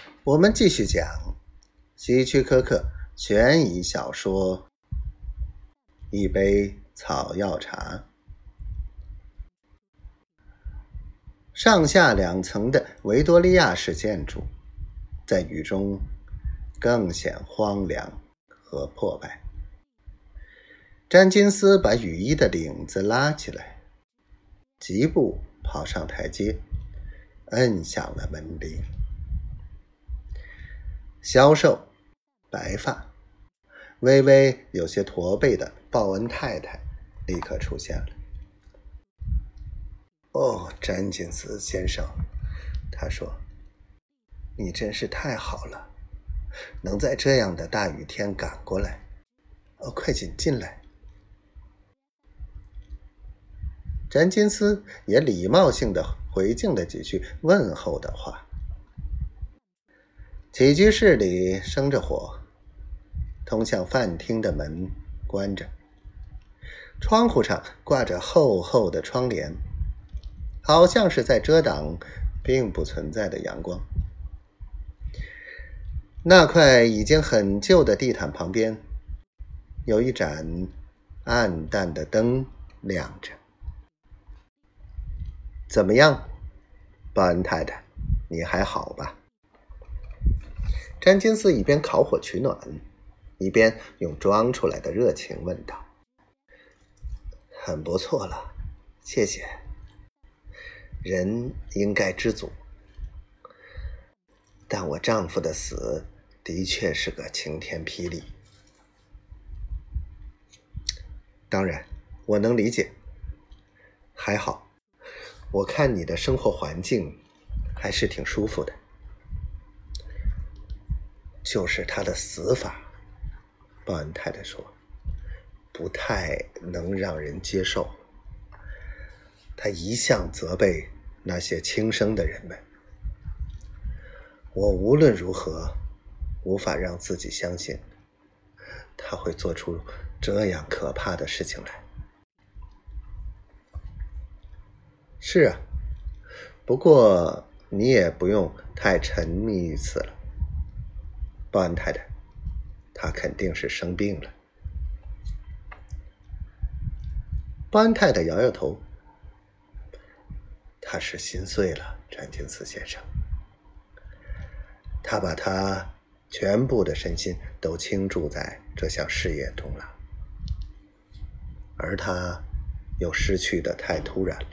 我们继续讲希区柯克悬疑小说《一杯草药茶》。上下两层的维多利亚式建筑在雨中更显荒凉和破败。詹金斯把雨衣的领子拉起来，疾步跑上台阶，摁响了门铃。消瘦、白发、微微有些驼背的鲍恩太太立刻出现了。哦，詹金斯先生，他说，你真是太好了，能在这样的大雨天赶过来。快进来。詹金斯也礼貌性地回敬了几句问候的话。起居室里生着火，通向饭厅的门关着，窗户上挂着厚厚的窗帘，好像是在遮挡并不存在的阳光。那块已经很旧的地毯旁边，有一盏暗淡的灯亮着。怎么样，鲍恩太太，你还好吧？詹金斯一边烤火取暖，一边用装出来的热情问道。很不错了，谢谢。人应该知足，但我丈夫的死的确是个晴天霹雳。当然，我能理解。还好，我看你的生活环境还是挺舒服的。就是他的死法，鲍恩太太说，不太能让人接受。他一向责备那些轻生的人们。我无论如何无法让自己相信他会做出这样可怕的事情来。是啊，不过你也不用太沉迷于此了。鲍恩太太，他肯定是生病了。鲍恩太太摇摇头。他是心碎了，詹金斯先生。他把他全部的身心都倾注在这项事业中了，而他又失去得太突然了。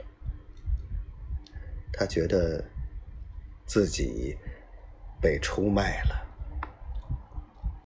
他觉得自己被出卖了。